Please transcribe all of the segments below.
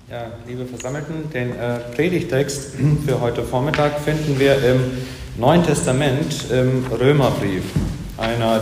Ja, liebe Versammelten, den Predigtext für heute Vormittag finden wir im Neuen Testament, im Römerbrief, einer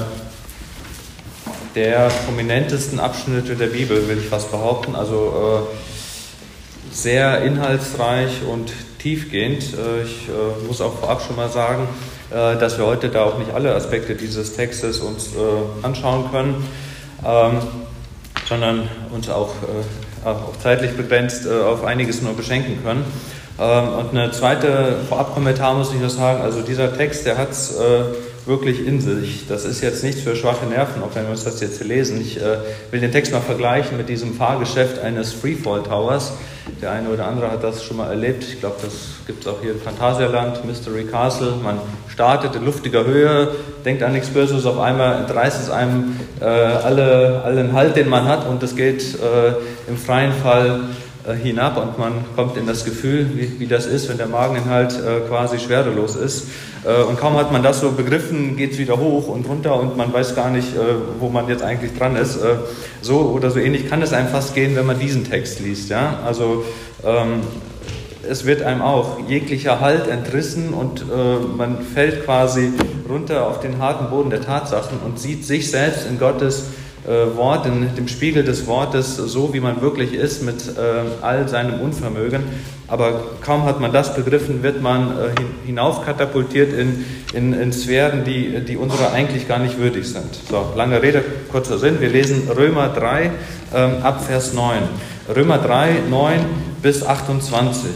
der prominentesten Abschnitte der Bibel, will ich fast behaupten, also sehr inhaltsreich und tiefgehend. Ich muss auch vorab schon mal sagen, dass wir heute da auch nicht alle Aspekte dieses Textes uns anschauen können, sondern uns auch zeitlich begrenzt auf einiges nur beschränken können. Und eine zweite Vorabkommentar muss ich noch sagen, also dieser Text, der hat es wirklich in sich. Das ist jetzt nichts für schwache Nerven, auch wenn wir uns das jetzt hier lesen. Ich will den Text mal vergleichen mit diesem Fahrgeschäft eines Freefall Towers. Der eine oder andere hat das schon mal erlebt. Ich glaube, das gibt es auch hier in Phantasialand, Mystery Castle. Man startet in luftiger Höhe, denkt an nichts Böses, auf einmal entreißt es einem allen Halt, den man hat, und es geht im freien Fall hinab und man kommt in das Gefühl, wie das ist, wenn der Mageninhalt quasi schwerelos ist. Und kaum hat man das so begriffen, geht es wieder hoch und runter und man weiß gar nicht, wo man jetzt eigentlich dran ist. So oder so ähnlich kann es einem fast gehen, wenn man diesen Text liest. Ja? Also es wird einem auch jeglicher Halt entrissen und man fällt quasi runter auf den harten Boden der Tatsachen und sieht sich selbst in Gottes Wort, in dem Spiegel des Wortes, so wie man wirklich ist, mit all seinem Unvermögen. Aber kaum hat man das begriffen, wird man hinaufkatapultiert in Sphären, die unserer eigentlich gar nicht würdig sind. So, lange Rede, kurzer Sinn. Wir lesen Römer 3 ab Vers 9. Römer 3, 9 bis 28.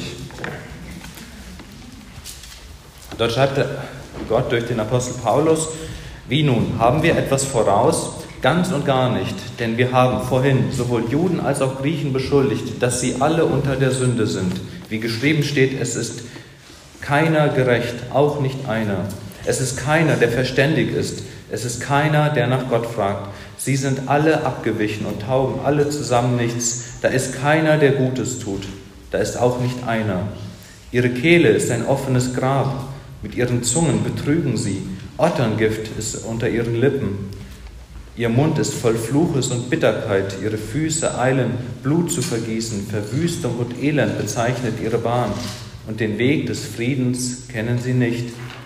Dort schreibt Gott durch den Apostel Paulus: Wie nun, haben wir etwas voraus? Ganz und gar nicht, denn wir haben vorhin sowohl Juden als auch Griechen beschuldigt, dass sie alle unter der Sünde sind. Wie geschrieben steht, es ist keiner gerecht, auch nicht einer. Es ist keiner, der verständig ist. Es ist keiner, der nach Gott fragt. Sie sind alle abgewichen und taugen alle zusammen nichts. Da ist keiner, der Gutes tut. Da ist auch nicht einer. Ihre Kehle ist ein offenes Grab. Mit ihren Zungen betrügen sie. Otterngift ist unter ihren Lippen. Ihr Mund ist voll Fluches und Bitterkeit, ihre Füße eilen, Blut zu vergießen, Verwüstung und Elend bezeichnet ihre Bahn, und den Weg des Friedens kennen sie nicht.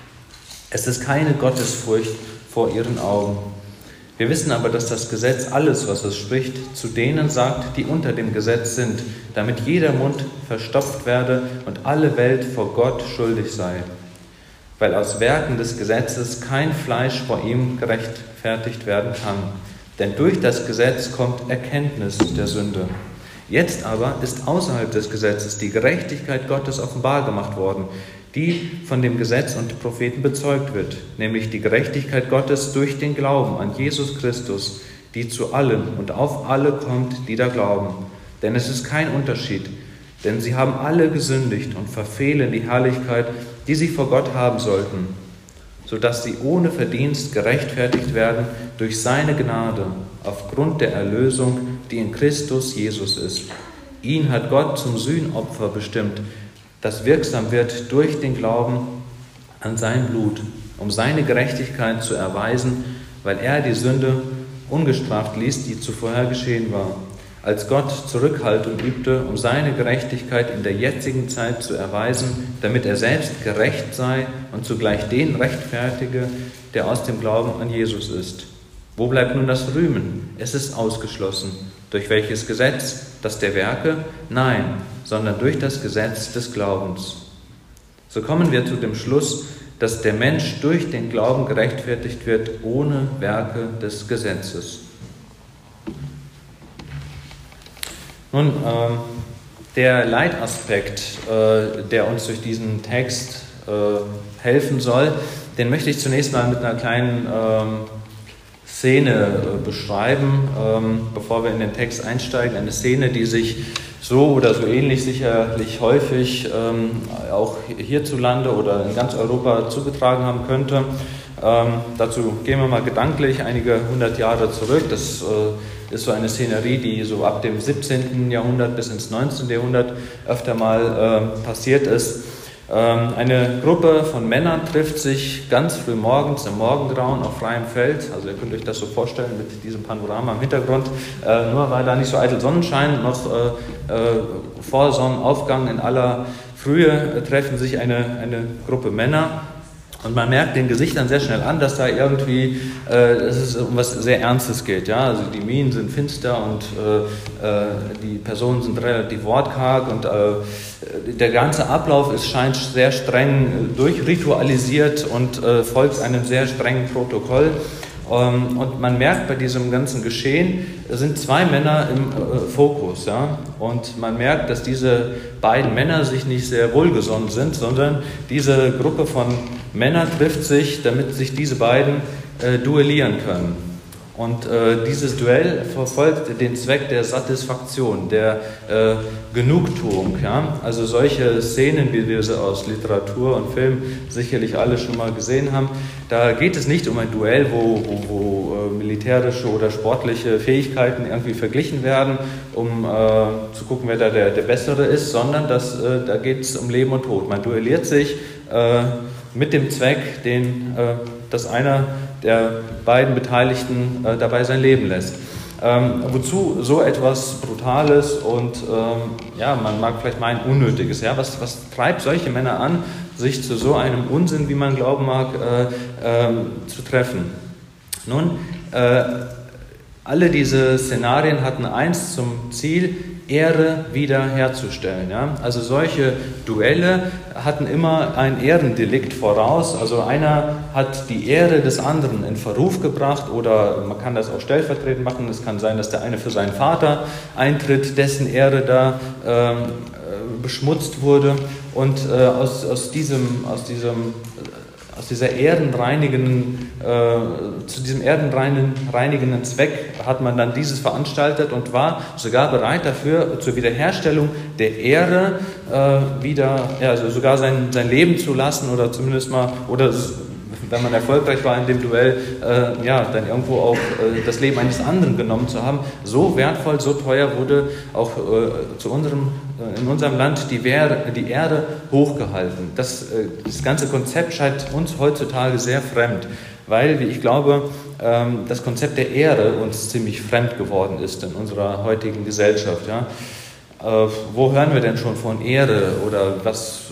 Es ist keine Gottesfurcht vor ihren Augen. Wir wissen aber, dass das Gesetz alles, was es spricht, zu denen sagt, die unter dem Gesetz sind, damit jeder Mund verstopft werde und alle Welt vor Gott schuldig sei. Weil aus Werken des Gesetzes kein Fleisch vor ihm gerechtfertigt werden kann. Denn durch das Gesetz kommt Erkenntnis der Sünde. Jetzt aber ist außerhalb des Gesetzes die Gerechtigkeit Gottes offenbar gemacht worden, die von dem Gesetz und Propheten bezeugt wird, nämlich die Gerechtigkeit Gottes durch den Glauben an Jesus Christus, die zu allen und auf alle kommt, die da glauben. Denn es ist kein Unterschied, denn sie haben alle gesündigt und verfehlen die Herrlichkeit, die sie vor Gott haben sollten, sodass sie ohne Verdienst gerechtfertigt werden durch seine Gnade, aufgrund der Erlösung, die in Christus Jesus ist. Ihn hat Gott zum Sühnopfer bestimmt, das wirksam wird durch den Glauben an sein Blut, um seine Gerechtigkeit zu erweisen, weil er die Sünde ungestraft ließ, die zuvor geschehen war. Als Gott Zurückhaltung übte, um seine Gerechtigkeit in der jetzigen Zeit zu erweisen, damit er selbst gerecht sei und zugleich den rechtfertige, der aus dem Glauben an Jesus ist. Wo bleibt nun das Rühmen? Es ist ausgeschlossen. Durch welches Gesetz? Das der Werke? Nein, sondern durch das Gesetz des Glaubens. So kommen wir zu dem Schluss, dass der Mensch durch den Glauben gerechtfertigt wird, ohne Werke des Gesetzes. Nun, der Leitaspekt, der uns durch diesen Text helfen soll, den möchte ich zunächst mal mit einer kleinen Szene beschreiben, bevor wir in den Text einsteigen. Eine Szene, die sich so oder so ähnlich sicherlich häufig auch hierzulande oder in ganz Europa zugetragen haben könnte. Dazu gehen wir mal gedanklich einige 100 Jahre zurück. Das ist so eine Szenerie, die so ab dem 17. Jahrhundert bis ins 19. Jahrhundert öfter mal passiert ist. Eine Gruppe von Männern trifft sich ganz früh morgens im Morgengrauen auf freiem Feld. Also ihr könnt euch das so vorstellen mit diesem Panorama im Hintergrund. Nur weil da nicht so eitel Sonnenschein, noch vor Sonnenaufgang in aller Frühe treffen sich eine Gruppe Männer. Und man merkt den Gesichtern sehr schnell an, dass da irgendwie dass es um was sehr Ernstes geht. Ja? Also die Mienen sind finster und die Personen sind relativ wortkarg und der ganze Ablauf scheint sehr streng durchritualisiert und folgt einem sehr strengen Protokoll. Und man merkt bei diesem ganzen Geschehen, es sind zwei Männer im Fokus. Ja? Und man merkt, dass diese beiden Männer sich nicht sehr wohlgesonnen sind, sondern diese Gruppe von Männern trifft sich, damit sich diese beiden duellieren können. Und dieses Duell verfolgt den Zweck der Satisfaktion, der Genugtuung. Ja? Also solche Szenen, wie wir sie aus Literatur und Film sicherlich alle schon mal gesehen haben, da geht es nicht um ein Duell, wo militärische oder sportliche Fähigkeiten irgendwie verglichen werden, um zu gucken, wer da der Bessere ist, sondern da geht es um Leben und Tod. Man duelliert sich mit dem Zweck, dass einer der beiden Beteiligten dabei sein Leben lässt. Wozu so etwas Brutales und man mag vielleicht meinen Unnötiges. Ja? Was treibt solche Männer an, sich zu so einem Unsinn, wie man glauben mag, zu treffen? Nun, alle diese Szenarien hatten eins zum Ziel: Ehre wiederherzustellen. Ja? Also solche Duelle hatten immer ein Ehrendelikt voraus. Also einer hat die Ehre des anderen in Verruf gebracht, oder man kann das auch stellvertretend machen. Es kann sein, dass der eine für seinen Vater eintritt, dessen Ehre da beschmutzt wurde. Und aus dieser zu diesem ehrenreinigenden Zweck hat man dann dieses veranstaltet und war sogar bereit dafür, zur Wiederherstellung der Ehre also sogar sein Leben zu lassen, oder zumindest mal, oder wenn man erfolgreich war in dem Duell, dann irgendwo auch das Leben eines anderen genommen zu haben. So wertvoll, so teuer wurde auch in unserem Land die Ehre hochgehalten. Das ganze Konzept scheint uns heutzutage sehr fremd, weil, wie ich glaube, das Konzept der Ehre uns ziemlich fremd geworden ist in unserer heutigen Gesellschaft. Ja? Wo hören wir denn schon von Ehre, oder was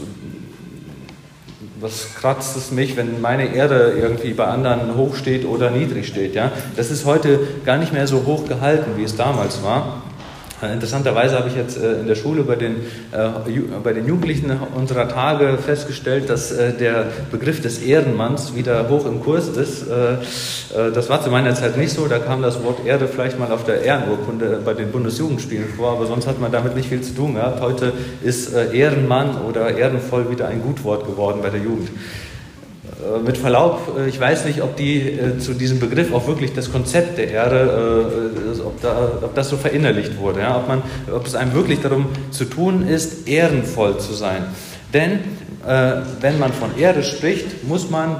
kratzt es mich, wenn meine Ehre irgendwie bei anderen hoch steht oder niedrig steht? Ja? Das ist heute gar nicht mehr so hoch gehalten, wie es damals war. Interessanterweise habe ich jetzt in der Schule bei den Jugendlichen unserer Tage festgestellt, dass der Begriff des Ehrenmanns wieder hoch im Kurs ist. Das war zu meiner Zeit nicht so, da kam das Wort Ehre vielleicht mal auf der Ehrenurkunde bei den Bundesjugendspielen vor, aber sonst hat man damit nicht viel zu tun gehabt. Heute ist Ehrenmann oder ehrenvoll wieder ein Gutwort geworden bei der Jugend. Mit Verlaub, ich weiß nicht, ob die zu diesem Begriff auch wirklich das Konzept der Ehre, ob das so verinnerlicht wurde, ja? Ob es einem wirklich darum zu tun ist, ehrenvoll zu sein. Denn wenn man von Ehre spricht, muss man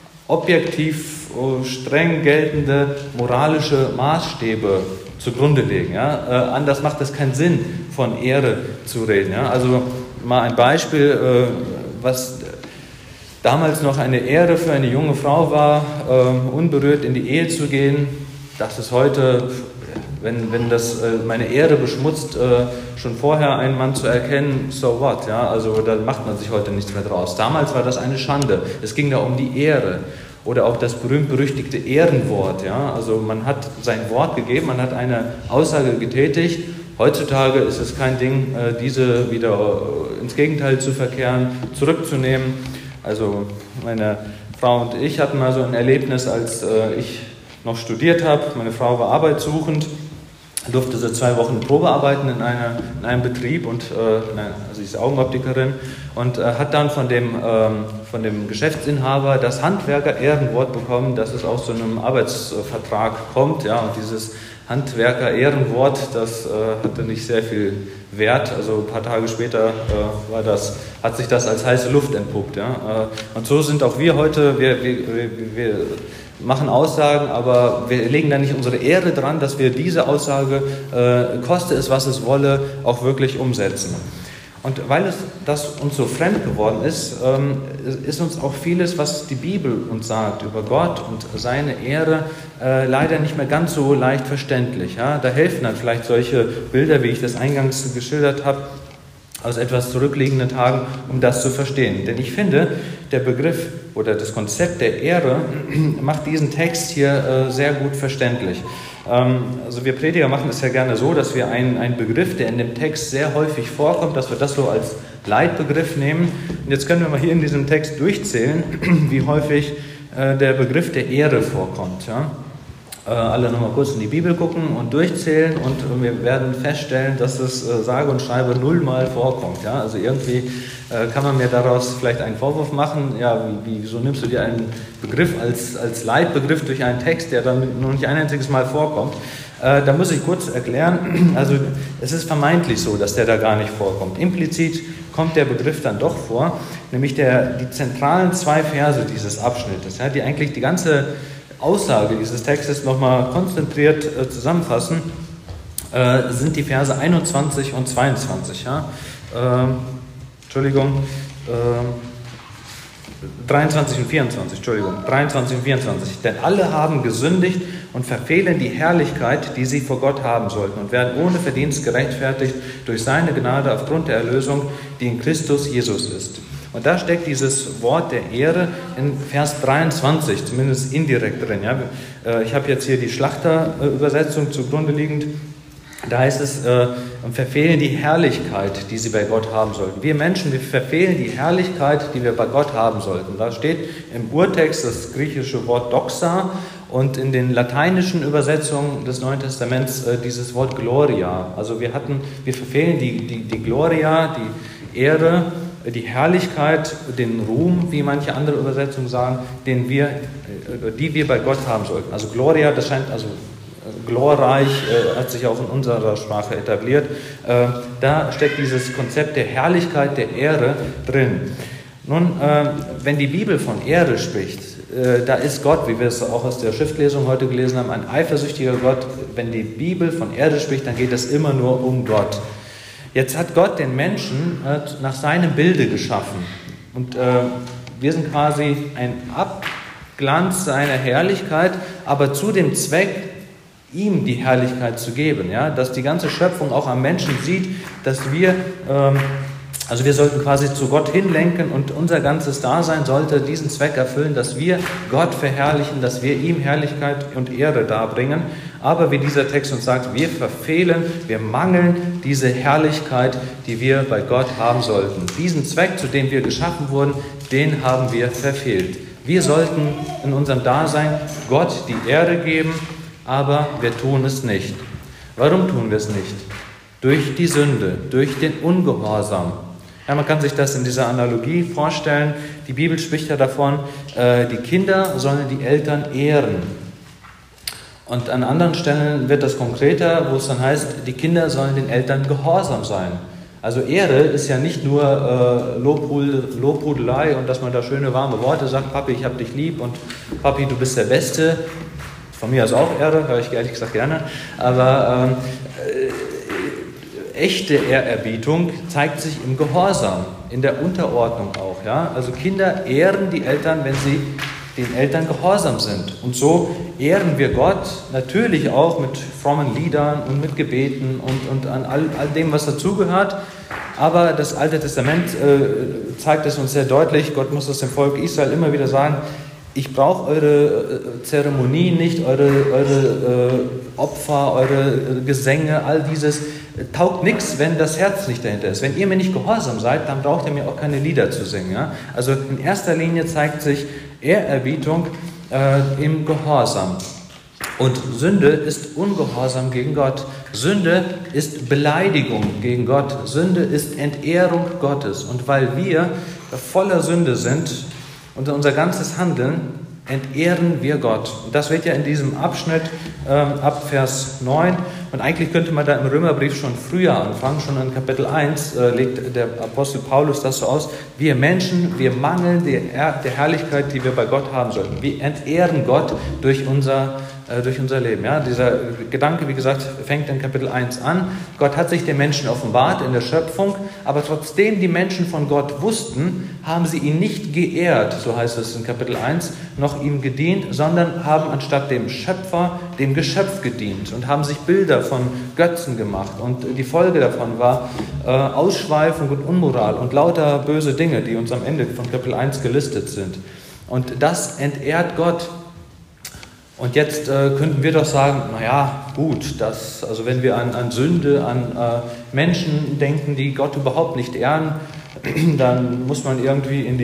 objektiv streng geltende moralische Maßstäbe zugrunde legen. Ja? Anders macht es keinen Sinn, von Ehre zu reden. Ja? Also mal ein Beispiel, was damals noch eine Ehre für eine junge Frau war, unberührt in die Ehe zu gehen. Das ist heute, wenn das meine Ehre beschmutzt, schon vorher einen Mann zu erkennen, so what, ja, also da macht man sich heute nichts mehr draus. Damals war das eine Schande. Es ging da um die Ehre. Oder auch das berühmt-berüchtigte Ehrenwort, ja, also man hat sein Wort gegeben, man hat eine Aussage getätigt. Heutzutage ist es kein Ding, diese wieder ins Gegenteil zu verkehren, zurückzunehmen. Also meine Frau und ich hatten mal so ein Erlebnis, als ich noch studiert habe. Meine Frau war arbeitssuchend, durfte so 2 Wochen Probe arbeiten in einem Betrieb, und also sie ist Augenoptikerin, und hat dann von dem Geschäftsinhaber das Handwerker-Ehrenwort bekommen, dass es aus so einem Arbeitsvertrag kommt. Ja, und dieses Handwerker-Ehrenwort, das hatte nicht sehr viel Wert. Also ein paar Tage später hat sich das als heiße Luft entpuppt. Ja? Und so sind auch wir heute, wir machen Aussagen, aber wir legen da nicht unsere Ehre dran, dass wir diese Aussage, koste es, was es wolle, auch wirklich umsetzen. Und weil das uns so fremd geworden ist, ist uns auch vieles, was die Bibel uns sagt über Gott und seine Ehre, leider nicht mehr ganz so leicht verständlich. Ja? Da helfen dann vielleicht solche Bilder, wie ich das eingangs geschildert habe, aus etwas zurückliegenden Tagen, um das zu verstehen. Denn ich finde, der Begriff oder das Konzept der Ehre macht diesen Text hier sehr gut verständlich. Also wir Prediger machen es ja gerne so, dass wir einen Begriff, der in dem Text sehr häufig vorkommt, dass wir das so als Leitbegriff nehmen. Und jetzt können wir mal hier in diesem Text durchzählen, wie häufig der Begriff der Ehre vorkommt. Ja? Alle nochmal kurz in die Bibel gucken und durchzählen und wir werden feststellen, dass es sage und schreibe 0-mal vorkommt. Ja? Also irgendwie kann man mir daraus vielleicht einen Vorwurf machen, ja, wieso nimmst du dir einen Begriff als Leitbegriff durch einen Text, der dann nur nicht ein einziges Mal vorkommt. Da muss ich kurz erklären, also es ist vermeintlich so, dass der da gar nicht vorkommt. Implizit kommt der Begriff dann doch vor, nämlich die zentralen 2 Verse dieses Abschnittes, ja, die eigentlich die ganze Aussage dieses Textes nochmal konzentriert zusammenfassen, sind die Verse 21 und 22. Ja? 23 und 24, 23 und 24. Denn alle haben gesündigt und verfehlen die Herrlichkeit, die sie vor Gott haben sollten und werden ohne Verdienst gerechtfertigt durch seine Gnade aufgrund der Erlösung, die in Christus Jesus ist. Und da steckt dieses Wort der Ehre in Vers 23, zumindest indirekt drin. Ja? Ich habe jetzt hier die Schlachter-Übersetzung zugrunde liegend. Da heißt es, verfehlen die Herrlichkeit, die sie bei Gott haben sollten. Wir Menschen, wir verfehlen die Herrlichkeit, die wir bei Gott haben sollten. Da steht im Urtext das griechische Wort Doxa und in den lateinischen Übersetzungen des Neuen Testaments dieses Wort Gloria. Also wir verfehlen die Gloria, die Ehre, die Herrlichkeit, den Ruhm, wie manche andere Übersetzungen sagen, die wir bei Gott haben sollten. Also Gloria, das scheint, also glorreich, hat sich auch in unserer Sprache etabliert. Da steckt dieses Konzept der Herrlichkeit, der Ehre drin. Nun, wenn die Bibel von Ehre spricht, da ist Gott, wie wir es auch aus der Schriftlesung heute gelesen haben, ein eifersüchtiger Gott. Wenn die Bibel von Ehre spricht, dann geht es immer nur um Gott. Jetzt hat Gott den Menschen nach seinem Bilde geschaffen und wir sind quasi ein Abglanz seiner Herrlichkeit, aber zu dem Zweck, ihm die Herrlichkeit zu geben, ja? Dass die ganze Schöpfung auch am Menschen sieht, dass wir sollten quasi zu Gott hinlenken und unser ganzes Dasein sollte diesen Zweck erfüllen, dass wir Gott verherrlichen, dass wir ihm Herrlichkeit und Ehre darbringen. Aber wie dieser Text uns sagt, wir verfehlen, wir mangeln diese Herrlichkeit, die wir bei Gott haben sollten. Diesen Zweck, zu dem wir geschaffen wurden, den haben wir verfehlt. Wir sollten in unserem Dasein Gott die Ehre geben, aber wir tun es nicht. Warum tun wir es nicht? Durch die Sünde, durch den Ungehorsam. Ja, man kann sich das in dieser Analogie vorstellen. Die Bibel spricht ja davon, die Kinder sollen die Eltern ehren. Und an anderen Stellen wird das konkreter, wo es dann heißt, die Kinder sollen den Eltern gehorsam sein. Also Ehre ist ja nicht nur Lobhudelei und dass man da schöne warme Worte sagt, Papi, ich hab dich lieb und Papi, du bist der Beste. Von mir aus auch Ehre, höre ich ehrlich gesagt gerne. Aber echte Ehrerbietung zeigt sich im Gehorsam, in der Unterordnung auch. Ja? Also Kinder ehren die Eltern, wenn sie den Eltern gehorsam sind. Und so ehren wir Gott natürlich auch mit frommen Liedern und mit Gebeten und an all dem, was dazugehört. Aber das Alte Testament zeigt es uns sehr deutlich. Gott muss es dem Volk Israel immer wieder sagen, ich brauche eure Zeremonie nicht, eure Opfer, eure Gesänge, all dieses taugt nichts, wenn das Herz nicht dahinter ist. Wenn ihr mir nicht gehorsam seid, dann braucht ihr mir auch keine Lieder zu singen. Ja? Also in erster Linie zeigt sich Ehrerbietung im Gehorsam. Und Sünde ist Ungehorsam gegen Gott. Sünde ist Beleidigung gegen Gott. Sünde ist Entehrung Gottes. Und weil wir voller Sünde sind und unser ganzes Handeln, entehren wir Gott. Und das wird ja in diesem Abschnitt ab Vers 9, und eigentlich könnte man da im Römerbrief schon früher anfangen, schon in Kapitel 1 legt der Apostel Paulus das so aus, wir Menschen, wir mangeln der Herrlichkeit, die wir bei Gott haben sollten. Wir entehren Gott durch unser durch unser Leben. Ja? Dieser Gedanke, wie gesagt, fängt in Kapitel 1 an. Gott hat sich den Menschen offenbart in der Schöpfung, aber trotzdem die Menschen von Gott wussten, haben sie ihn nicht geehrt, so heißt es in Kapitel 1, noch ihm gedient, sondern haben anstatt dem Schöpfer dem Geschöpf gedient und haben sich Bilder von Götzen gemacht. Und die Folge davon war Ausschweifung und Unmoral und lauter böse Dinge, die uns am Ende von Kapitel 1 gelistet sind. Und das entehrt Gott. Und jetzt könnten wir doch sagen, naja, gut, also wenn wir an Sünde, an Menschen denken, die Gott überhaupt nicht ehren, dann muss man irgendwie in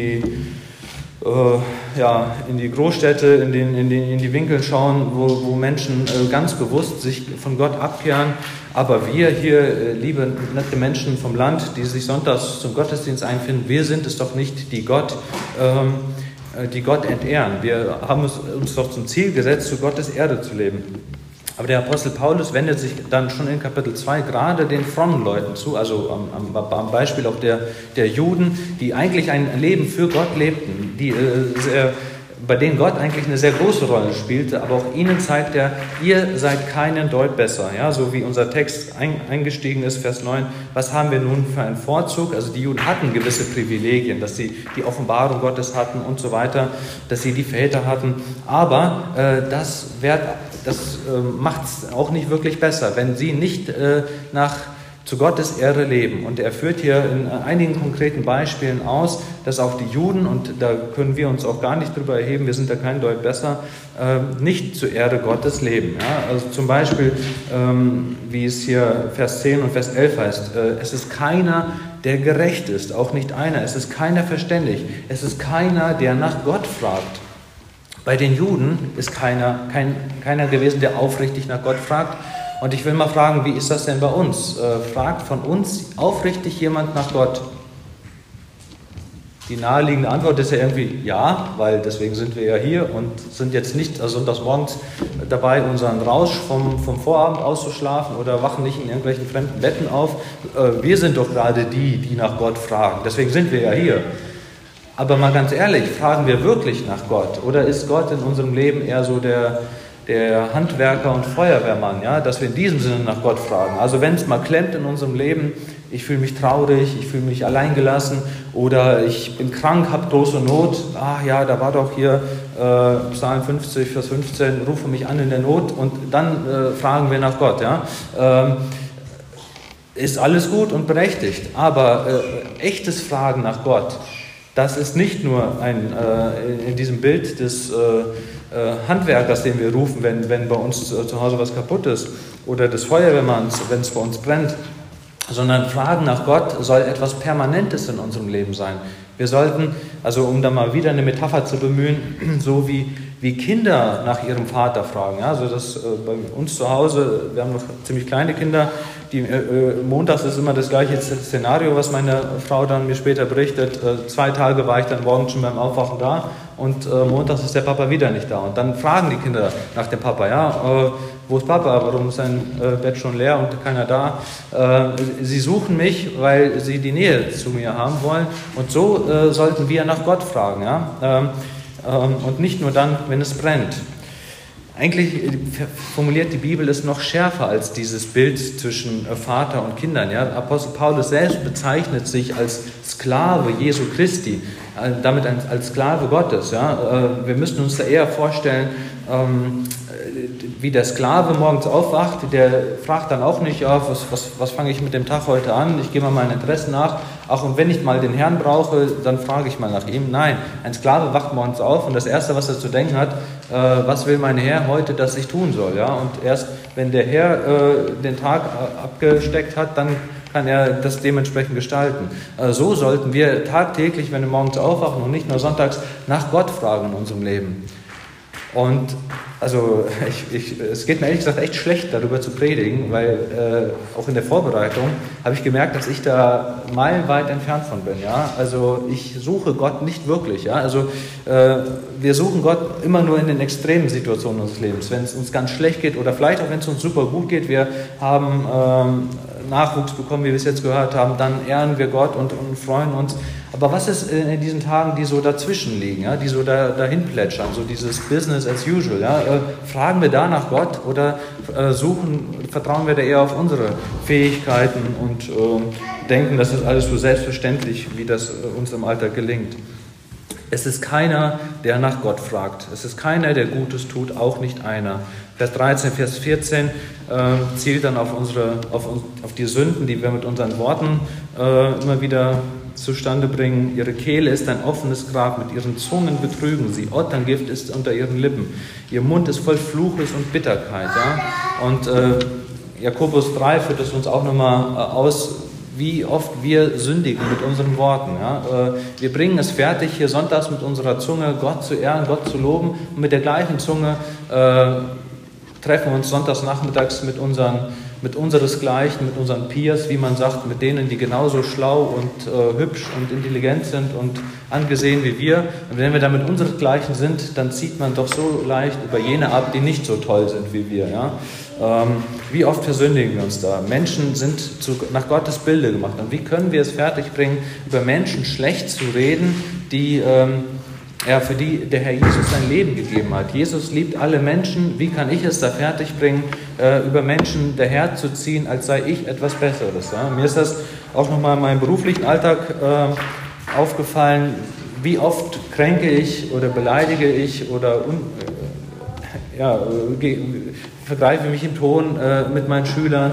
die Großstädte, in die Winkel schauen, wo Menschen ganz bewusst sich von Gott abkehren. Aber wir hier, liebe nette Menschen vom Land, die sich sonntags zum Gottesdienst einfinden, wir sind es doch nicht, die Gott entehren. Wir haben uns doch zum Ziel gesetzt, zu Gottes Erde zu leben. Aber der Apostel Paulus wendet sich dann schon in Kapitel 2 gerade den frommen Leuten zu, also am Beispiel auch der Juden, die eigentlich ein Leben für Gott lebten, bei denen Gott eigentlich eine sehr große Rolle spielte, aber auch ihnen zeigt er, ihr seid keinen Deut besser. Ja, so wie unser Text eingestiegen ist, Vers 9, was haben wir nun für einen Vorzug? Also die Juden hatten gewisse Privilegien, dass sie die Offenbarung Gottes hatten und so weiter, dass sie die Väter hatten, aber das macht es auch nicht wirklich besser, wenn sie nicht zu Gottes Ehre leben. Und er führt hier in einigen konkreten Beispielen aus, dass auch die Juden, und da können wir uns auch gar nicht drüber erheben, wir sind da kein Deut besser, nicht zur Ehre Gottes leben. Ja? Also zum Beispiel, wie es hier Vers 10 und Vers 11 heißt, es ist keiner, der gerecht ist, auch nicht einer, es ist keiner verständig, es ist keiner, der nach Gott fragt. Bei den Juden ist keiner gewesen, der aufrichtig nach Gott fragt. Und ich will mal fragen, wie ist das denn bei uns? Fragt von uns aufrichtig jemand nach Gott? Die naheliegende Antwort ist ja irgendwie ja, weil deswegen sind wir ja hier und sind jetzt nicht sonntags morgens dabei, unseren Rausch vom Vorabend auszuschlafen oder wachen nicht in irgendwelchen fremden Betten auf. Wir sind doch gerade die nach Gott fragen. Deswegen sind wir ja hier. Aber mal ganz ehrlich, fragen wir wirklich nach Gott? Oder ist Gott in unserem Leben eher so der Handwerker und Feuerwehrmann, ja, dass wir in diesem Sinne nach Gott fragen? Also wenn es mal klemmt in unserem Leben, ich fühle mich traurig, ich fühle mich alleingelassen oder ich bin krank, habe große Not, ja, da war doch hier Psalm 50, Vers 15, rufe mich an in der Not, und dann fragen wir nach Gott. Ja. Ist alles gut und berechtigt, aber echtes Fragen nach Gott, das ist nicht nur in diesem Bild des Handwerkers, den wir rufen, wenn bei uns zu Hause was kaputt ist, oder des Feuerwehrmanns, wenn es bei uns brennt, sondern Fragen nach Gott soll etwas Permanentes in unserem Leben sein. Wir sollten, also um da mal wieder eine Metapher zu bemühen, so wie Kinder nach ihrem Vater fragen. Ja, also das bei uns zu Hause, wir haben noch ziemlich kleine Kinder, montags ist immer das gleiche Szenario, was meine Frau dann mir später berichtet. 2 Tage war ich dann morgens schon beim Aufwachen da und montags ist der Papa wieder nicht da. Und dann fragen die Kinder nach dem Papa, ja, wo ist Papa, warum ist sein Bett schon leer und keiner da? Sie suchen mich, weil sie die Nähe zu mir haben wollen, und so sollten wir nach Gott fragen, ja? Und nicht nur dann, wenn es brennt. Eigentlich formuliert die Bibel es noch schärfer als dieses Bild zwischen Vater und Kindern. Ja? Apostel Paulus selbst bezeichnet sich als Sklave Jesu Christi, damit als Sklave Gottes. Ja? Wir müssen uns da eher vorstellen, wie der Sklave morgens aufwacht, der fragt dann auch nicht, ja, was fange ich mit dem Tag heute an, ich gehe mal meinen Interessen nach, auch und wenn ich mal den Herrn brauche, dann frage ich mal nach ihm. Nein, ein Sklave wacht morgens auf und das Erste, was er zu denken hat, was will mein Herr heute, dass ich tun soll? Ja? Und erst wenn der Herr den Tag abgesteckt hat, dann kann er das dementsprechend gestalten. So sollten wir tagtäglich, wenn wir morgens aufwachen und nicht nur sonntags, nach Gott fragen in unserem Leben. Und also es geht mir ehrlich gesagt echt schlecht, darüber zu predigen, weil auch in der Vorbereitung habe ich gemerkt, dass ich da meilenweit entfernt von bin. Ja? Also ich suche Gott nicht wirklich. Ja? Also wir suchen Gott immer nur in den extremen Situationen unseres Lebens, wenn es uns ganz schlecht geht oder vielleicht auch wenn es uns super gut geht. Wir haben Nachwuchs bekommen, wie wir es jetzt gehört haben, dann ehren wir Gott und freuen uns. Aber was ist in diesen Tagen, die so dazwischen liegen, ja, die so dahin plätschern, so dieses Business as usual? Ja? Fragen wir da nach Gott oder vertrauen wir da eher auf unsere Fähigkeiten und denken, das ist alles so selbstverständlich, wie das uns im Alltag gelingt? Es ist keiner, der nach Gott fragt. Es ist keiner, der Gutes tut, auch nicht einer. Vers 13, Vers 14 zielt dann auf die Sünden, die wir mit unseren Worten immer wieder zustande bringen. Ihre Kehle ist ein offenes Grab, mit ihren Zungen betrügen sie. Otterngift ist unter ihren Lippen. Ihr Mund ist voll Fluches und Bitterkeit. Ja? Und Jakobus 3 führt es uns auch nochmal aus, wie oft wir sündigen mit unseren Worten. Ja? Wir bringen es fertig, hier sonntags mit unserer Zunge Gott zu ehren, Gott zu loben. Und mit der gleichen Zunge treffen wir uns sonntags nachmittags mit unseresgleichen, mit unseren Peers, wie man sagt, mit denen, die genauso schlau und hübsch und intelligent sind und angesehen wie wir. Und wenn wir da mit unseresgleichen sind, dann zieht man doch so leicht über jene ab, die nicht so toll sind wie wir. Ja? Wie oft versündigen wir uns da? Menschen sind nach Gottes Bilde gemacht. Und wie können wir es fertigbringen, über Menschen schlecht zu reden, für die der Herr Jesus sein Leben gegeben hat? Jesus liebt alle Menschen. Wie kann ich es da fertigbringen, über Menschen daherzuziehen, als sei ich etwas Besseres? Ja? Mir ist das auch nochmal in meinem beruflichen Alltag aufgefallen, wie oft kränke ich oder beleidige ich oder vergreife mich im Ton mit meinen Schülern.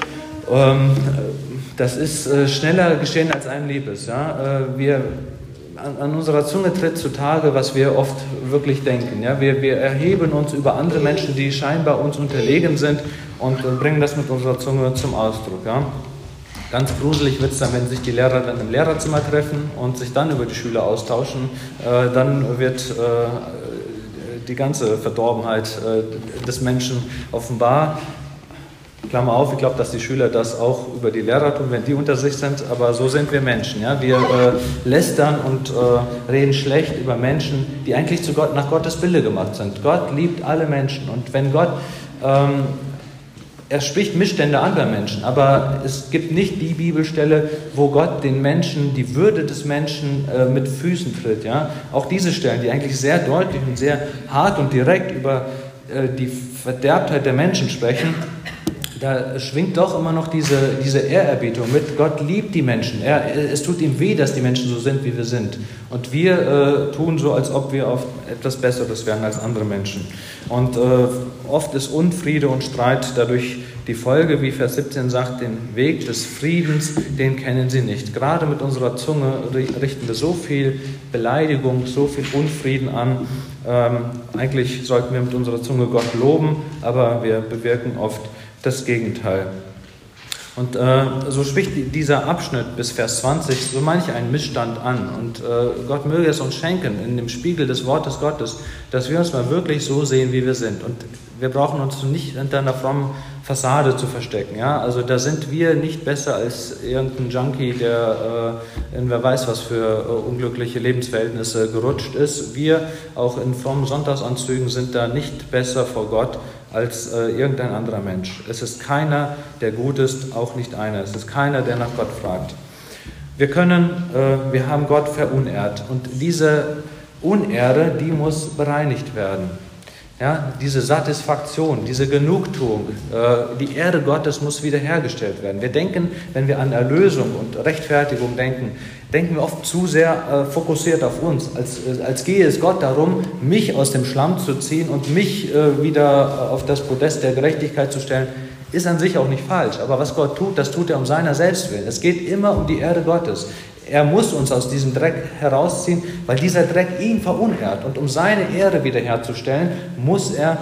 Das ist schneller geschehen, als einem lieb ist. Ja? An unserer Zunge tritt zutage, was wir oft wirklich denken. Ja? Wir erheben uns über andere Menschen, die scheinbar uns unterlegen sind und bringen das mit unserer Zunge zum Ausdruck. Ja? Ganz gruselig wird es dann, wenn sich die Lehrer dann im Lehrerzimmer treffen und sich dann über die Schüler austauschen. Dann wird die ganze Verdorbenheit des Menschen offenbar. Klammer auf, ich glaube, dass die Schüler das auch über die Lehrer tun, wenn die unter sich sind, aber so sind wir Menschen. Ja? Wir lästern und reden schlecht über Menschen, die eigentlich nach Gottes Bilde gemacht sind. Gott liebt alle Menschen und wenn Gott, er spricht Missstände anderer Menschen, aber es gibt nicht die Bibelstelle, wo Gott den Menschen, die Würde des Menschen mit Füßen tritt. Ja? Auch diese Stellen, die eigentlich sehr deutlich und sehr hart und direkt über die Verderbtheit der Menschen sprechen, da schwingt doch immer noch diese Ehrerbietung mit. Gott liebt die Menschen. Es tut ihm weh, dass die Menschen so sind, wie wir sind. Und wir tun so, als ob wir auf etwas Besseres wären als andere Menschen. Und oft ist Unfriede und Streit dadurch die Folge, wie Vers 17 sagt, den Weg des Friedens, den kennen sie nicht. Gerade mit unserer Zunge richten wir so viel Beleidigung, so viel Unfrieden an. Eigentlich sollten wir mit unserer Zunge Gott loben, aber wir bewirken oft das Gegenteil. Und so spricht dieser Abschnitt bis Vers 20 so manch einen Missstand an. Und Gott möge es uns schenken, in dem Spiegel des Wortes Gottes, dass wir uns mal wirklich so sehen, wie wir sind. Und wir brauchen uns nicht hinter einer frommen Fassade zu verstecken. Ja? Also da sind wir nicht besser als irgendein Junkie, der in wer weiß was für unglückliche Lebensverhältnisse gerutscht ist. Wir, auch in frommen Sonntagsanzügen, sind da nicht besser vor Gott als irgendein anderer Mensch. Es ist keiner, der gut ist, auch nicht einer. Es ist keiner, der nach Gott fragt. Wir haben Gott verunehrt und diese Unehre, die muss bereinigt werden. Ja, diese Satisfaktion, diese Genugtuung, die Ehre Gottes muss wiederhergestellt werden. Wir denken, wenn wir an Erlösung und Rechtfertigung denken wir oft zu sehr fokussiert auf uns, als gehe es Gott darum, mich aus dem Schlamm zu ziehen und mich wieder auf das Podest der Gerechtigkeit zu stellen. Ist an sich auch nicht falsch, aber was Gott tut, das tut er um seiner selbst willen. Es geht immer um die Ehre Gottes. Er muss uns aus diesem Dreck herausziehen, weil dieser Dreck ihn verunehrt. Und um seine Ehre wiederherzustellen, muss er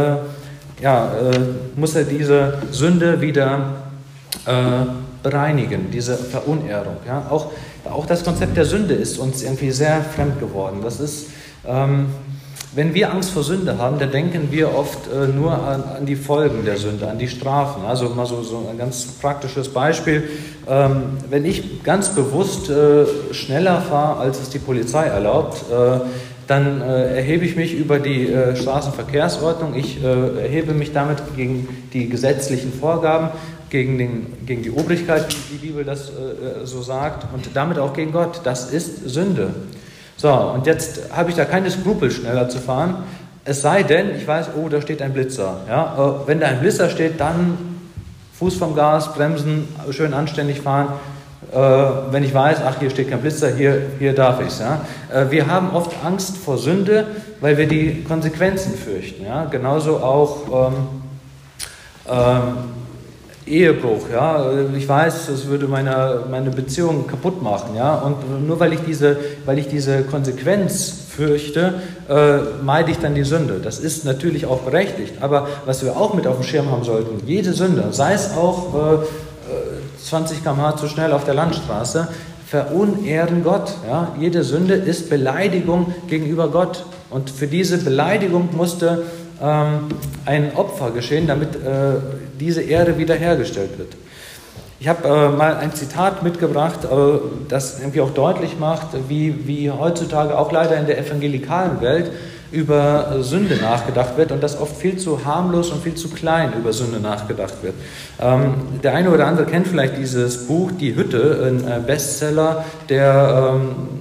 diese Sünde wieder bereinigen, diese Verunehrung. Ja? Auch das Konzept der Sünde ist uns irgendwie sehr fremd geworden. Das ist, wenn wir Angst vor Sünde haben, dann denken wir oft nur an die Folgen der Sünde, an die Strafen. Also mal so ein ganz praktisches Beispiel. Wenn ich ganz bewusst schneller fahre, als es die Polizei erlaubt, dann erhebe ich mich über die Straßenverkehrsordnung. Ich erhebe mich damit gegen die gesetzlichen Vorgaben. gegen die Obrigkeit, wie die Bibel das so sagt, und damit auch gegen Gott. Das ist Sünde. So, und jetzt habe ich da keine Skrupel, schneller zu fahren, es sei denn, ich weiß, oh, da steht ein Blitzer. Ja? Wenn da ein Blitzer steht, dann Fuß vom Gas, bremsen, schön anständig fahren. Wenn ich weiß, ach, hier steht kein Blitzer, hier darf ich es. Ja? Wir haben oft Angst vor Sünde, weil wir die Konsequenzen fürchten. Ja? Genauso auch Ehebruch. Ja? Ich weiß, das würde meine Beziehung kaputt machen. Ja? Und nur weil ich diese Konsequenz fürchte, meide ich dann die Sünde. Das ist natürlich auch berechtigt. Aber was wir auch mit auf dem Schirm haben sollten, jede Sünde, sei es auch 20 km/h zu schnell auf der Landstraße, verunehren Gott. Ja? Jede Sünde ist Beleidigung gegenüber Gott. Und für diese Beleidigung musste ein Opfer geschehen, damit diese Ehre wiederhergestellt wird. Ich habe mal ein Zitat mitgebracht, das irgendwie auch deutlich macht, wie heutzutage auch leider in der evangelikalen Welt über Sünde nachgedacht wird und dass oft viel zu harmlos und viel zu klein über Sünde nachgedacht wird. Der eine oder andere kennt vielleicht dieses Buch Die Hütte, ein Bestseller, der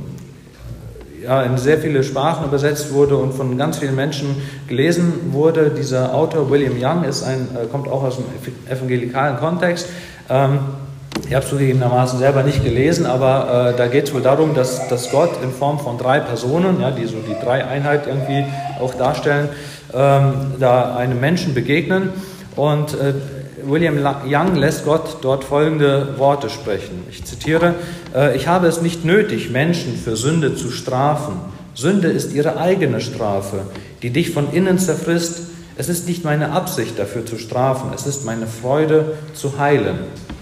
in sehr viele Sprachen übersetzt wurde und von ganz vielen Menschen gelesen wurde. Dieser Autor William Young kommt auch aus dem evangelikalen Kontext. Ich habe es zugegebenermaßen selber nicht gelesen, aber da geht es wohl darum, dass Gott in Form von 3 Personen, ja, die so die Dreieinheit irgendwie auch darstellen, da einem Menschen begegnen. Und William Young lässt Gott dort folgende Worte sprechen. Ich zitiere: Ich habe es nicht nötig, Menschen für Sünde zu strafen. Sünde ist ihre eigene Strafe, die dich von innen zerfrisst. Es ist nicht meine Absicht, dafür zu strafen. Es ist meine Freude, zu heilen.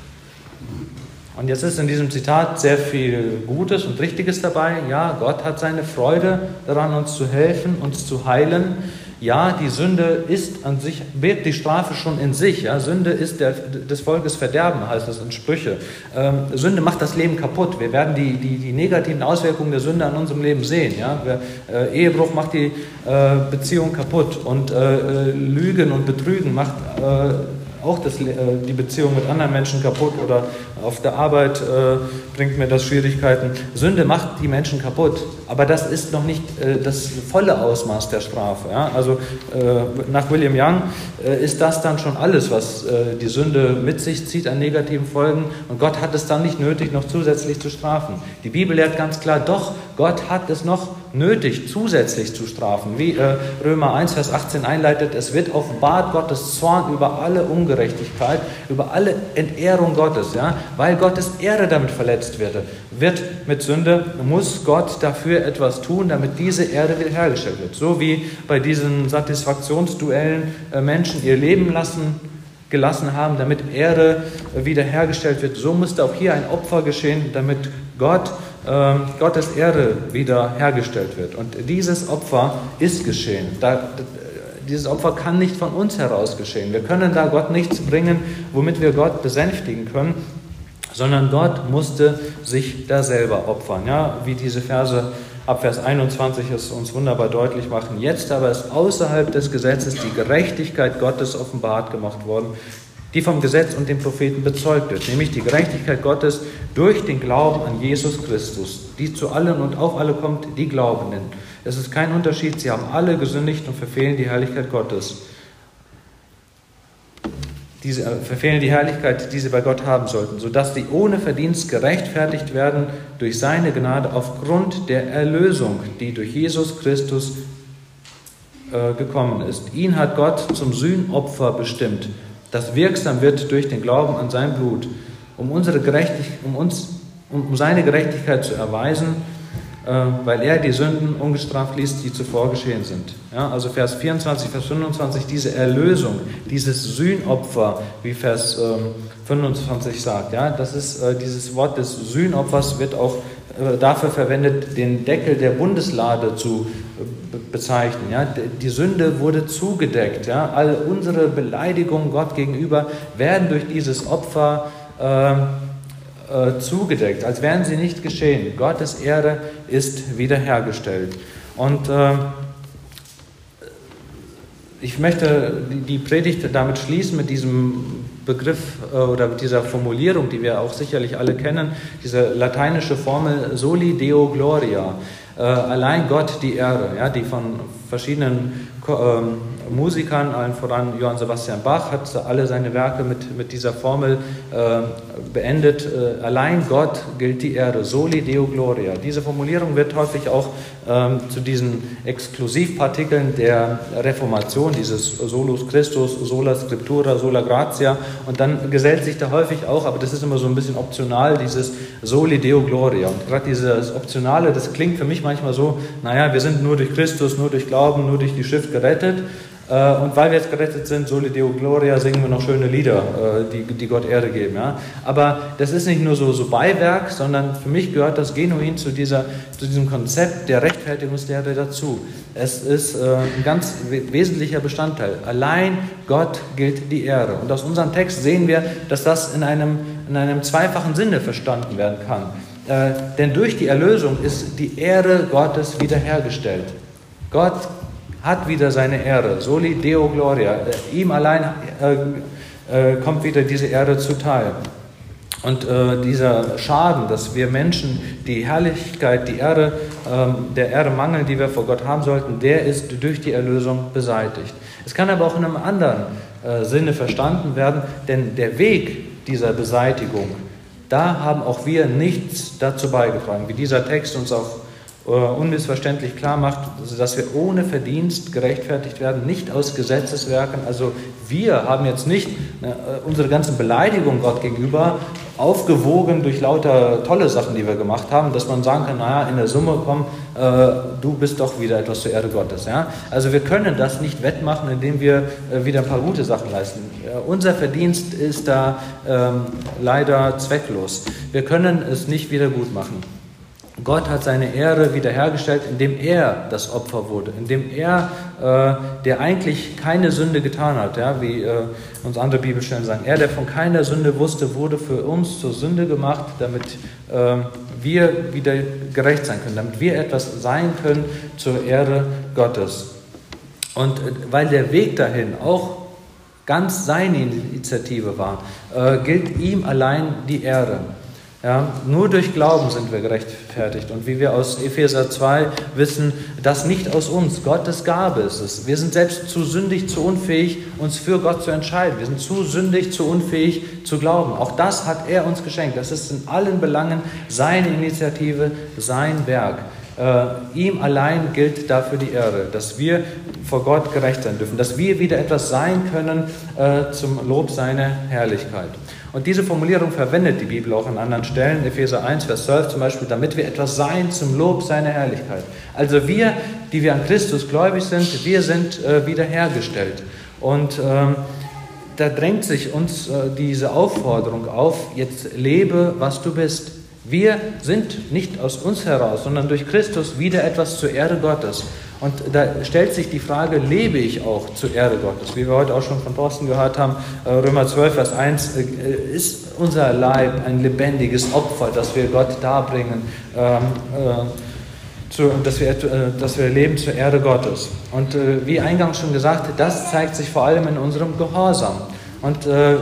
Und jetzt ist in diesem Zitat sehr viel Gutes und Richtiges dabei. Ja, Gott hat seine Freude daran, uns zu helfen, uns zu heilen. Ja, die Sünde ist an sich, birgt die Strafe schon in sich. Ja? Sünde ist des Volkes Verderben, heißt es in Sprüche. Sünde macht das Leben kaputt. Wir werden die negativen Auswirkungen der Sünde an unserem Leben sehen. Ja? Ehebruch macht die Beziehung kaputt und Lügen und Betrügen macht auch die Beziehung mit anderen Menschen kaputt oder auf der Arbeit bringt mir das Schwierigkeiten. Sünde macht die Menschen kaputt, aber das ist noch nicht das volle Ausmaß der Strafe. Ja? Also nach William Young ist das dann schon alles, was die Sünde mit sich zieht an negativen Folgen, und Gott hat es dann nicht nötig, noch zusätzlich zu strafen. Die Bibel lehrt ganz klar, doch, Gott hat es noch nötig, zusätzlich zu strafen. Wie Römer 1, Vers 18 einleitet, es wird offenbart Gottes Zorn über alle Ungerechtigkeit, über alle Entehrung Gottes, ja? Weil Gottes Ehre damit verletzt wird mit Sünde, muss Gott dafür etwas tun, damit diese Ehre wiederhergestellt wird. So wie bei diesen Satisfaktionsduellen Menschen ihr Leben gelassen haben, damit Ehre wiederhergestellt wird. So musste auch hier ein Opfer geschehen, damit Gottes Ehre wiederhergestellt wird. Und dieses Opfer ist geschehen. Dieses Opfer kann nicht von uns heraus geschehen. Wir können da Gott nichts bringen, womit wir Gott besänftigen können, sondern Gott musste sich da selber opfern. Ja, wie diese Verse ab Vers 21 es uns wunderbar deutlich machen. Jetzt aber ist außerhalb des Gesetzes die Gerechtigkeit Gottes offenbart gemacht worden, die vom Gesetz und den Propheten bezeugt wird, nämlich die Gerechtigkeit Gottes durch den Glauben an Jesus Christus, die zu allen und auf alle kommt, die glauben. Denn es ist kein Unterschied, sie haben alle gesündigt und verfehlen die Herrlichkeit Gottes. Verfehlen die Herrlichkeit, die sie bei Gott haben sollten, sodass sie ohne Verdienst gerechtfertigt werden durch seine Gnade aufgrund der Erlösung, die durch Jesus Christus gekommen ist. Ihn hat Gott zum Sühnopfer bestimmt, das wirksam wird durch den Glauben an sein Blut, um seine Gerechtigkeit zu erweisen, weil er die Sünden ungestraft ließ, die zuvor geschehen sind. Ja, also Vers 24, Vers 25, diese Erlösung, dieses Sühnopfer, wie Vers 25 sagt, ja, das ist dieses Wort des Sühnopfers wird auch dafür verwendet, den Deckel der Bundeslade zu bezeichnen. Ja. Die Sünde wurde zugedeckt. Ja. All unsere Beleidigungen Gott gegenüber werden durch dieses Opfer zugedeckt, als wären sie nicht geschehen. Gottes Ehre ist wiederhergestellt. Und ich möchte die Predigt damit schließen, mit diesem Begriff oder mit dieser Formulierung, die wir auch sicherlich alle kennen, diese lateinische Formel Soli Deo Gloria, allein Gott die Ehre, ja, die von verschiedenen Musikern, allen voran Johann Sebastian Bach, hat alle seine Werke mit dieser Formel beendet. Allein Gott gilt die Ehre, Soli Deo Gloria. Diese Formulierung wird häufig auch zu diesen Exklusivpartikeln der Reformation, dieses Solus Christus, Sola Scriptura, Sola Gratia, und dann gesellt sich da häufig auch, aber das ist immer so ein bisschen optional, dieses Soli Deo Gloria. Und gerade dieses Optionale, das klingt für mich manchmal so, naja, wir sind nur durch Christus, nur durch Glauben, nur durch die Schrift gerettet. Und weil wir jetzt gerettet sind, Soli Deo Gloria, singen wir noch schöne Lieder, die Gott Ehre geben. Ja? Aber das ist nicht nur so Beiwerk, sondern für mich gehört das genuin zu diesem Konzept der Rechtfertigungslehre dazu. Es ist ein ganz wesentlicher Bestandteil. Allein Gott gilt die Ehre. Und aus unserem Text sehen wir, dass das in einem zweifachen Sinne verstanden werden kann. Denn durch die Erlösung ist die Ehre Gottes wiederhergestellt. Gott hat wieder seine Ehre, Soli Deo Gloria. Ihm allein kommt wieder diese Ehre zuteil. Und dieser Schaden, dass wir Menschen die Herrlichkeit, die Ehre, der Ehre mangeln, die wir vor Gott haben sollten, der ist durch die Erlösung beseitigt. Es kann aber auch in einem anderen Sinne verstanden werden, denn der Weg dieser Beseitigung, da haben auch wir nichts dazu beigetragen, wie dieser Text uns auch unmissverständlich klar macht, dass wir ohne Verdienst gerechtfertigt werden, nicht aus Gesetzeswerken. Also wir haben jetzt nicht unsere ganzen Beleidigungen Gott gegenüber aufgewogen durch lauter tolle Sachen, die wir gemacht haben, dass man sagen kann, naja, in der Summe, komm, du bist doch wieder etwas zur Ehre Gottes. Ja? Also wir können das nicht wettmachen, indem wir wieder ein paar gute Sachen leisten. Unser Verdienst ist da leider zwecklos. Wir können es nicht wieder gut machen. Gott hat seine Ehre wiederhergestellt, indem er das Opfer wurde, indem er, der eigentlich keine Sünde getan hat, ja, wie uns andere Bibelstellen sagen, er, der von keiner Sünde wusste, wurde für uns zur Sünde gemacht, damit wir wieder gerecht sein können, damit wir etwas sein können zur Ehre Gottes. Und weil der Weg dahin auch ganz seine Initiative war, gilt ihm allein die Ehre. Ja, nur durch Glauben sind wir gerechtfertigt. Und wie wir aus Epheser 2 wissen, das nicht aus uns, Gottes Gabe ist es. Wir sind selbst zu sündig, zu unfähig, uns für Gott zu entscheiden. Wir sind zu sündig, zu unfähig zu glauben. Auch das hat er uns geschenkt. Das ist in allen Belangen seine Initiative, sein Werk. Ihm allein gilt dafür die Ehre, dass wir vor Gott gerecht sein dürfen, dass wir wieder etwas sein können zum Lob seiner Herrlichkeit. Und diese Formulierung verwendet die Bibel auch an anderen Stellen, Epheser 1, Vers 12 zum Beispiel, damit wir etwas sein zum Lob seiner Herrlichkeit. Also wir, die wir an Christus gläubig sind, wir sind wiederhergestellt. Und da drängt sich uns diese Aufforderung auf, jetzt lebe, was du bist. Wir sind nicht aus uns heraus, sondern durch Christus wieder etwas zur Ehre Gottes. Und da stellt sich die Frage, lebe ich auch zur Ehre Gottes? Wie wir heute auch schon von Thorsten gehört haben, Römer 12, Vers 1, ist unser Leib ein lebendiges Opfer, das wir Gott darbringen, dass wir leben zur Ehre Gottes. Und wie eingangs schon gesagt, das zeigt sich vor allem in unserem Gehorsam. Und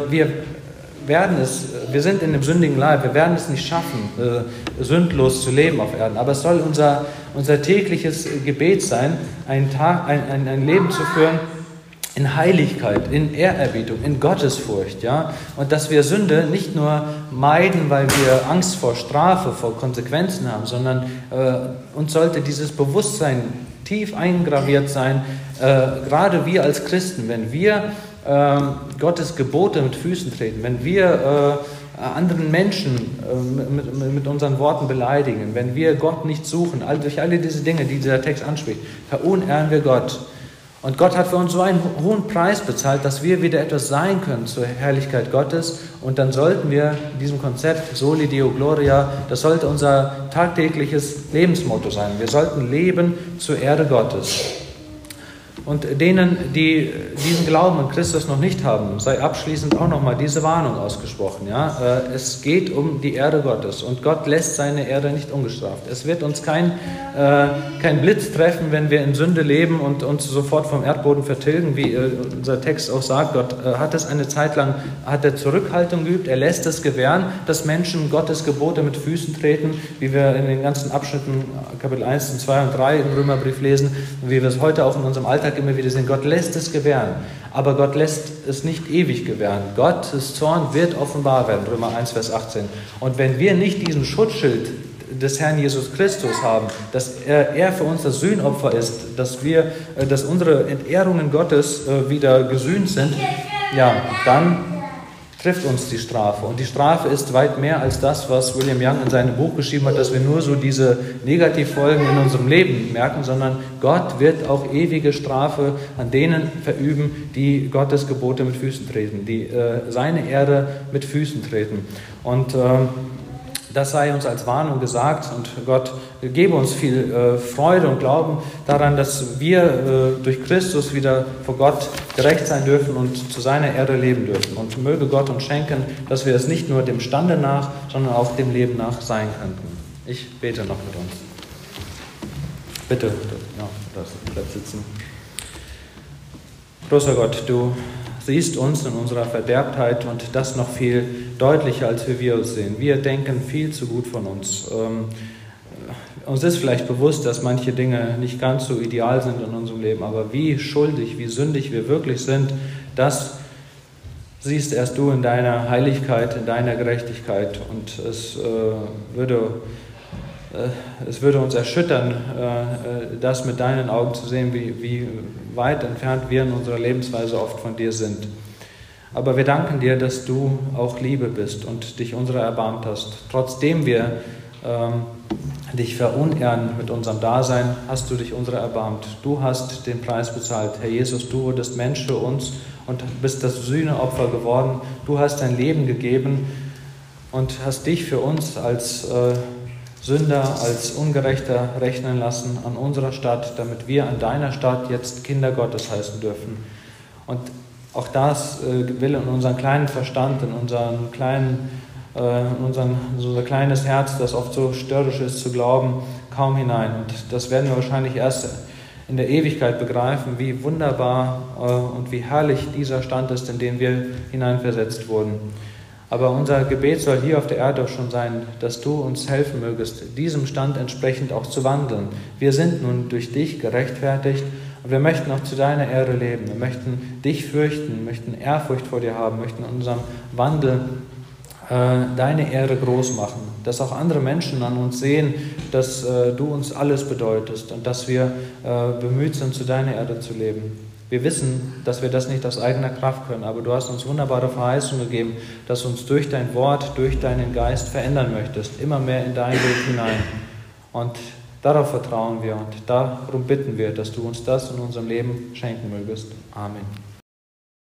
wir sind in dem sündigen Leib, wir werden es nicht schaffen, sündlos zu leben auf Erden, aber es soll unser tägliches Gebet sein, ein Leben zu führen in Heiligkeit, in Ehrerbietung, in Gottesfurcht, ja, und dass wir Sünde nicht nur meiden, weil wir Angst vor Strafe, vor Konsequenzen haben, sondern uns sollte dieses Bewusstsein tief eingraviert sein, gerade wir als Christen, wenn wir Gottes Gebote mit Füßen treten, wenn wir anderen Menschen mit unseren Worten beleidigen, wenn wir Gott nicht suchen, durch alle diese Dinge, die dieser Text anspricht, verunehren wir Gott. Und Gott hat für uns so einen hohen Preis bezahlt, dass wir wieder etwas sein können zur Herrlichkeit Gottes. Und dann sollten wir in diesem Konzept Soli Deo Gloria, das sollte unser tagtägliches Lebensmotto sein. Wir sollten leben zur Ehre Gottes. Und denen, die diesen Glauben an Christus noch nicht haben, sei abschließend auch nochmal diese Warnung ausgesprochen. Ja? Es geht um die Ehre Gottes und Gott lässt seine Ehre nicht ungestraft. Es wird uns kein Blitz treffen, wenn wir in Sünde leben und uns sofort vom Erdboden vertilgen, wie unser Text auch sagt. Gott hat es eine Zeit lang, hat er Zurückhaltung geübt, er lässt es gewähren, dass Menschen Gottes Gebote mit Füßen treten, wie wir in den ganzen Abschnitten Kapitel 1 und 2 und 3 im Römerbrief lesen, und wie wir es heute auch in unserem Alltag immer wieder sehen. Gott lässt es gewähren, aber Gott lässt es nicht ewig gewähren. Gottes Zorn wird offenbar werden, Römer 1, Vers 18. Und wenn wir nicht diesen Schutzschild des Herrn Jesus Christus haben, dass er für uns das Sühnopfer ist, dass unsere Entehrungen Gottes wieder gesühnt sind, ja, dann trifft uns die Strafe. Und die Strafe ist weit mehr als das, was William Young in seinem Buch geschrieben hat, dass wir nur so diese Negativfolgen in unserem Leben merken, sondern Gott wird auch ewige Strafe an denen verüben, die Gottes Gebote mit Füßen treten, die seine Ehre mit Füßen treten. Und das sei uns als Warnung gesagt und Gott gebe uns viel Freude und Glauben daran, dass wir durch Christus wieder vor Gott gerecht sein dürfen und zu seiner Ehre leben dürfen. Und möge Gott uns schenken, dass wir es nicht nur dem Stande nach, sondern auch dem Leben nach sein könnten. Ich bete noch mit uns. Bitte, ja, bleib sitzen. Großer Gott, du siehst uns in unserer Verderbtheit und das noch viel deutlicher, als wir uns sehen. Wir denken viel zu gut von uns. Uns ist vielleicht bewusst, dass manche Dinge nicht ganz so ideal sind in unserem Leben, aber wie schuldig, wie sündig wir wirklich sind, das siehst erst du in deiner Heiligkeit, in deiner Gerechtigkeit. Und es würde uns erschüttern, das mit deinen Augen zu sehen, wie weit entfernt wir in unserer Lebensweise oft von dir sind. Aber wir danken dir, dass du auch Liebe bist und dich unserer erbarmt hast. Trotzdem wir dich verunehren mit unserem Dasein, hast du dich unserer erbarmt. Du hast den Preis bezahlt. Herr Jesus, du wurdest Mensch für uns und bist das Sühneopfer geworden. Du hast dein Leben gegeben und hast dich für uns als Sünder, als Ungerechter rechnen lassen an unserer Stadt, damit wir an deiner Stadt jetzt Kinder Gottes heißen dürfen. Und auch das will in unseren kleinen Verstand, in unser kleines Herz, das oft so störrisch ist zu glauben, kaum hinein. Und das werden wir wahrscheinlich erst in der Ewigkeit begreifen, wie wunderbar und wie herrlich dieser Stand ist, in den wir hineinversetzt wurden. Aber unser Gebet soll hier auf der Erde auch schon sein, dass du uns helfen mögest, diesem Stand entsprechend auch zu wandeln. Wir sind nun durch dich gerechtfertigt und wir möchten auch zu deiner Ehre leben. Wir möchten dich fürchten, möchten Ehrfurcht vor dir haben, möchten in unserem Wandel deine Ehre groß machen. Dass auch andere Menschen an uns sehen, dass du uns alles bedeutest und dass wir bemüht sind, zu deiner Ehre zu leben. Wir wissen, dass wir das nicht aus eigener Kraft können, aber du hast uns wunderbare Verheißungen gegeben, dass du uns durch dein Wort, durch deinen Geist verändern möchtest, immer mehr in deinen Weg hinein. Und darauf vertrauen wir und darum bitten wir, dass du uns das in unserem Leben schenken mögest. Amen.